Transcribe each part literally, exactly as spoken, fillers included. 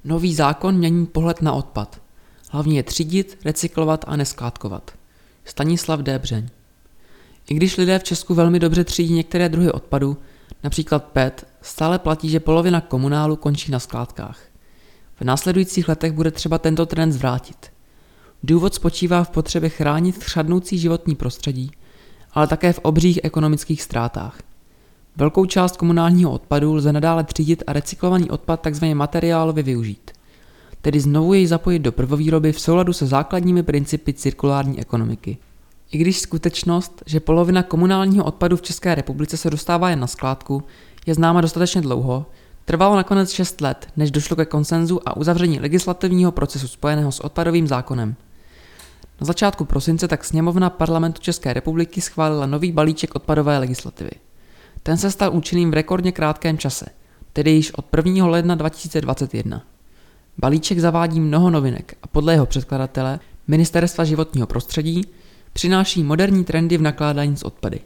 Nový zákon mění pohled na odpad. Hlavně je třídit, recyklovat a neskládkovat. Stanislav Débřeň. I když lidé v Česku velmi dobře třídí některé druhy odpadu, například P E T, stále platí, že polovina komunálu končí na skládkách. V následujících letech bude třeba tento trend zvrátit. Důvod spočívá v potřebě chránit chřadnoucí životní prostředí, ale také v obřích ekonomických ztrátách. Velkou část komunálního odpadu lze nadále třídit a recyklovaný odpad takzvaně materiálově využít, tedy znovu jej zapojit do prvovýroby v souladu se základními principy cirkulární ekonomiky. I když skutečnost, že polovina komunálního odpadu v České republice se dostává jen na skládku, je známa dostatečně dlouho, trvalo nakonec šest let, než došlo ke konsenzu a uzavření legislativního procesu spojeného s odpadovým zákonem. Na začátku prosince tak sněmovna Parlamentu České republiky schválila nový balíček odpadové legislativy. Ten se stal účinným v rekordně krátkém čase, tedy již od prvního ledna dva tisíce dvacet jedna. Balíček zavádí mnoho novinek a podle jeho předkladatele, Ministerstva životního prostředí, přináší moderní trendy v nakládání s odpady.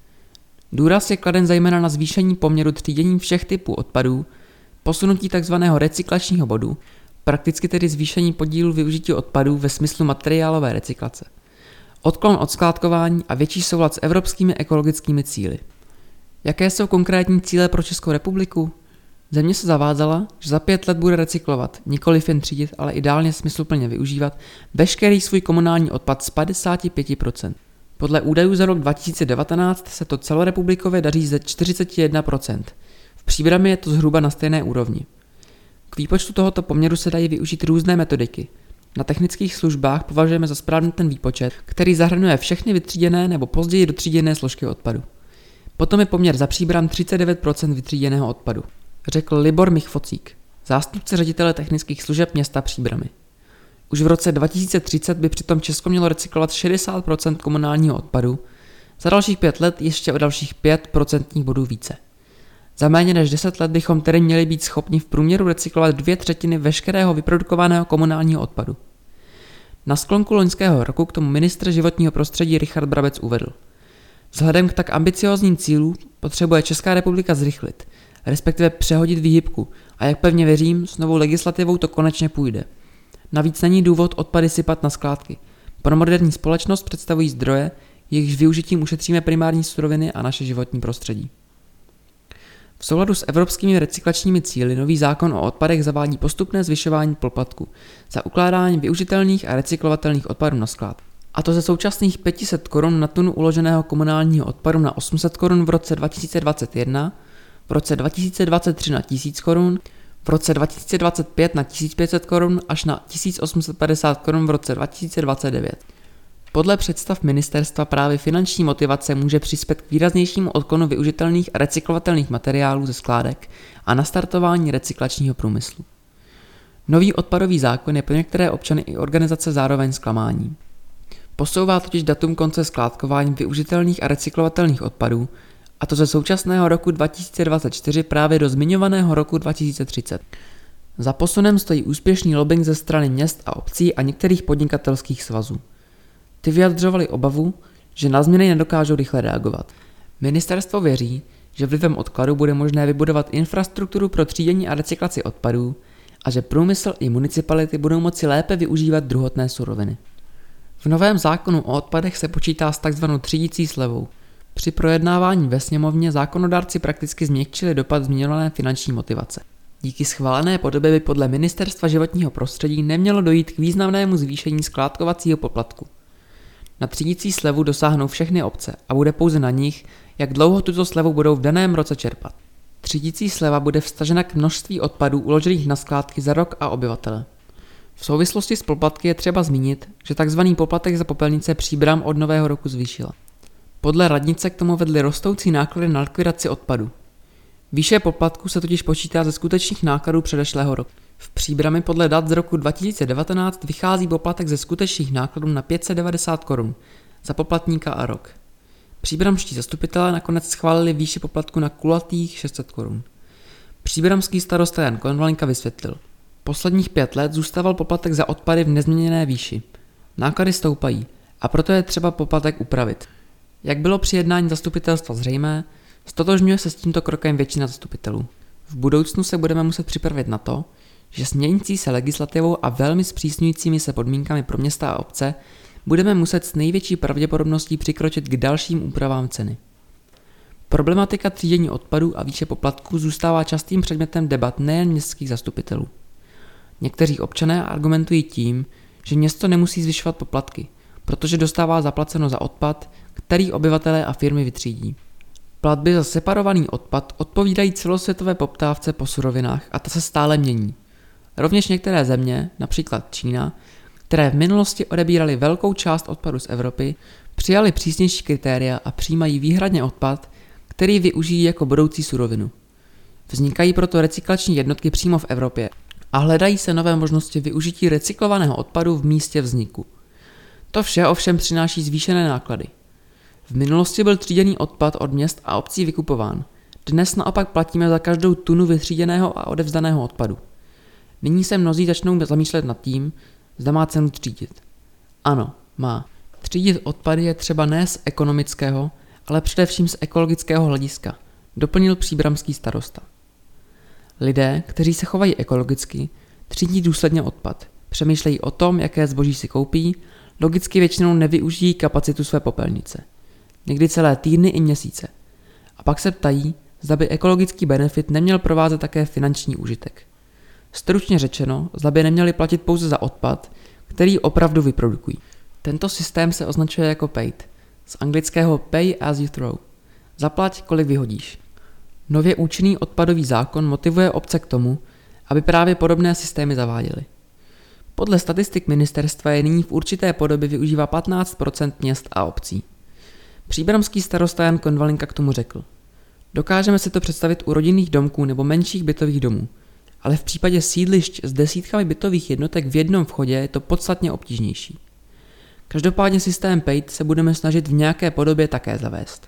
Důraz je kladen zejména na zvýšení poměru třídění všech typů odpadů, posunutí tzv. Recyklačního bodu, prakticky tedy zvýšení podílu využití odpadů ve smyslu materiálové recyklace, odklon od skládkování a větší soulad s evropskými ekologickými cíli. Jaké jsou konkrétní cíle pro Českou republiku? Země se zavázala, že za pět let bude recyklovat, nikoliv jen třídit, ale ideálně smysluplně využívat veškerý svůj komunální odpad z padesát pět procent. Podle údajů za rok dva tisíce devatenáct se to celorepublikově daří ze čtyřicet jedna procent. V Příbrami je to zhruba na stejné úrovni. K výpočtu tohoto poměru se dají využít různé metodiky. Na technických službách považujeme za správný ten výpočet, který zahrnuje všechny vytříděné nebo později dotříděné složky odpadu. Potom je poměr za Příbram třicet devět procent vytříděného odpadu, řekl Libor Michfocík, zástupce ředitele technických služeb města Příbramy. Už v roce dva tisíce třicet by přitom Česko mělo recyklovat šedesát procent komunálního odpadu, za dalších pět let ještě o dalších pět procentních bodů více. Za méně než deset let bychom tedy měli být schopni v průměru recyklovat dvě třetiny veškerého vyprodukovaného komunálního odpadu. Na sklonku loňského roku k tomu ministr životního prostředí Richard Brabec uvedl: Vzhledem k tak ambiciózním cílům potřebuje Česká republika zrychlit, respektive přehodit výhybku, a jak pevně věřím, s novou legislativou to konečně půjde. Navíc není důvod odpady sypat na skládky. Pro moderní společnost představují zdroje, jejichž využitím ušetříme primární suroviny a naše životní prostředí. V souladu s evropskými recyklačními cíli nový zákon o odpadech zavádí postupné zvyšování poplatku za ukládání využitelných a recyklovatelných odpadů na sklad. A to ze současných pět set korun na tunu uloženého komunálního odpadu na osm set korun v roce dva tisíce dvacet jedna, v roce dva tisíce dvacet tři na tisíc korun, v roce dva tisíce dvacet pět na tisíc pět set korun až na tisíc osm set padesát korun v roce dva tisíce dvacet devět. Podle představ ministerstva právě finanční motivace může přispět k výraznějšímu odklonu využitelných a recyklovatelných materiálů ze skládek a nastartování recyklačního průmyslu. Nový odpadový zákon je pro některé občany i organizace zároveň zklamáním. Posouvá totiž datum konce skládkování využitelných a recyklovatelných odpadů, a to ze současného roku dva tisíce dvacet čtyři právě do zmiňovaného roku dva tisíce třicet. Za posunem stojí úspěšný lobbying ze strany měst a obcí a některých podnikatelských svazů. Ty vyjadřovali obavu, že na změny nedokážou rychle reagovat. Ministerstvo věří, že vlivem odkladu bude možné vybudovat infrastrukturu pro třídění a recyklaci odpadů a že průmysl i municipality budou moci lépe využívat druhotné suroviny. V novém zákonu o odpadech se počítá s takzvanou třídicí slevou. Při projednávání ve sněmovně zákonodárci prakticky změkčili dopad zmíněné finanční motivace. Díky schválené podobě by podle Ministerstva životního prostředí nemělo dojít k významnému zvýšení skládkovacího poplatku. Na třídicí slevu dosáhnou všechny obce a bude pouze na nich, jak dlouho tuto slevu budou v daném roce čerpat. Třídicí sleva bude vztažena k množství odpadů uložených na skládky za rok a obyvatele. V souvislosti s poplatky je třeba zmínit, že tzv. Poplatek za popelnice Příbram od nového roku zvýšila. Podle radnice k tomu vedly rostoucí náklady na likvidaci odpadu. Výše poplatku se totiž počítá ze skutečných nákladů předešlého roku. V Příbrami podle dat z roku dva tisíce devatenáct vychází poplatek ze skutečných nákladů na pět set devadesát korun za poplatníka a rok. Příbramští zastupitelé nakonec schválili výši poplatku na kulatých šest set korun. Příbramský starosta Jan Konvalinka vysvětlil: Posledních pět let zůstával poplatek za odpady v nezměněné výši. Náklady stoupají a proto je třeba poplatek upravit. Jak bylo při jednání zastupitelstva zřejmé, stotožňuje se s tímto krokem většina zastupitelů. V budoucnu se budeme muset připravit na to, že s měnící se legislativou a velmi zpřísňujícími se podmínkami pro města a obce budeme muset s největší pravděpodobností přikročit k dalším úpravám ceny. Problematika třídění odpadů a výše poplatků zůstává častým předmětem debat nejen městských zastupitelů. Někteří občané argumentují tím, že město nemusí zvyšovat poplatky, protože dostává zaplaceno za odpad, který obyvatelé a firmy vytřídí. Platby za separovaný odpad odpovídají celosvětové poptávce po surovinách a ta se stále mění. Rovněž některé země, například Čína, které v minulosti odebíraly velkou část odpadu z Evropy, přijaly přísnější kritéria a přijímají výhradně odpad, který využijí jako budoucí surovinu. Vznikají proto recyklační jednotky přímo v Evropě a hledají se nové možnosti využití recyklovaného odpadu v místě vzniku. To vše ovšem přináší zvýšené náklady. V minulosti byl tříděný odpad od měst a obcí vykupován. Dnes naopak platíme za každou tunu vytříděného a odevzdaného odpadu. Nyní se mnozí začnou zamýšlet nad tím, zda má cenu třídit. Ano, má. Třídit odpady je třeba ne z ekonomického, ale především z ekologického hlediska, doplnil příbramský starosta. Lidé, kteří se chovají ekologicky, třídí důsledně odpad, přemýšlejí o tom, jaké zboží si koupí, logicky většinou nevyužijí kapacitu své popelnice. Někdy celé týdny i měsíce. A pak se ptají, zda by ekologický benefit neměl provázet také finanční užitek. Stručně řečeno, zda by neměli platit pouze za odpad, který opravdu vyprodukují. Tento systém se označuje jako paid, z anglického pay as you throw. Zaplať, kolik vyhodíš. Nově účinný odpadový zákon motivuje obce k tomu, aby právě podobné systémy zaváděly. Podle statistik ministerstva je nyní v určité podobě využívá patnáct procent měst a obcí. Příbramský starosta Jan Konvalinka k tomu řekl: Dokážeme si to představit u rodinných domků nebo menších bytových domů, ale v případě sídlišť s desítkami bytových jednotek v jednom vchodě je to podstatně obtížnější. Každopádně systém paid se budeme snažit v nějaké podobě také zavést.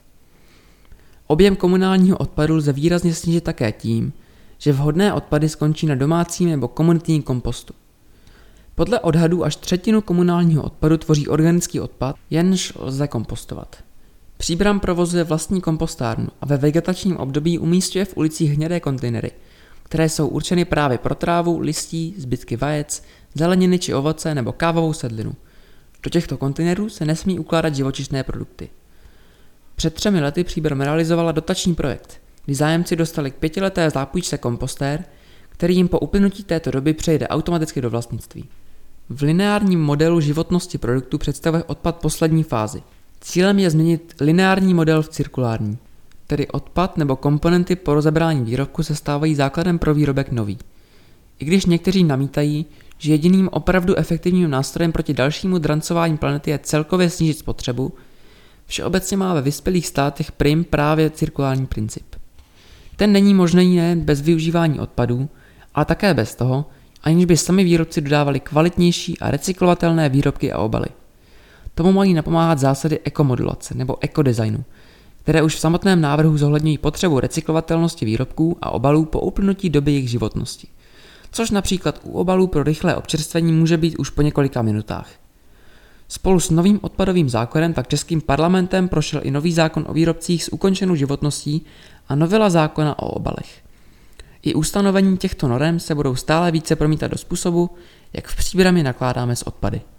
Objem komunálního odpadu lze výrazně snížit také tím, že vhodné odpady skončí na domácím nebo komunitním kompostu. Podle odhadů až třetinu komunálního odpadu tvoří organický odpad, jenž lze kompostovat. Příbram provozuje vlastní kompostárnu a ve vegetačním období umísťuje v ulicích hnědé kontejnery, které jsou určeny právě pro trávu, listí, zbytky vajec, zeleniny či ovoce nebo kávovou sedlinu. Do těchto kontejnerů se nesmí ukládat živočišné produkty. Před třemi lety Příbram realizovala dotační projekt, kdy zájemci dostali k pětileté zápůjčce kompostér, který jim po uplynutí této doby přejde automaticky do vlastnictví. V lineárním modelu životnosti produktu představuje odpad poslední fázi. Cílem je změnit lineární model v cirkulární, tedy odpad nebo komponenty po rozebrání výrobku se stávají základem pro výrobek nový. I když někteří namítají, že jediným opravdu efektivním nástrojem proti dalšímu drancování planety je celkově snížit spotřebu, všeobecně má ve vyspělých státech prim právě cirkulární princip. Ten není možný nejen bez využívání odpadů, ale také bez toho, aniž by sami výrobci dodávali kvalitnější a recyklovatelné výrobky a obaly. Tomu mají napomáhat zásady ekomodulace nebo ekodesignu, které už v samotném návrhu zohledňují potřebu recyklovatelnosti výrobků a obalů po uplynutí doby jejich životnosti, což například u obalů pro rychlé občerstvení může být už po několika minutách. Spolu s novým odpadovým zákonem tak českým parlamentem prošel i nový zákon o výrobcích s ukončenou životností a novela zákona o obalech. I ustanovení těchto norem se budou stále více promítat do způsobu, jak v Příbrami nakládáme s odpady.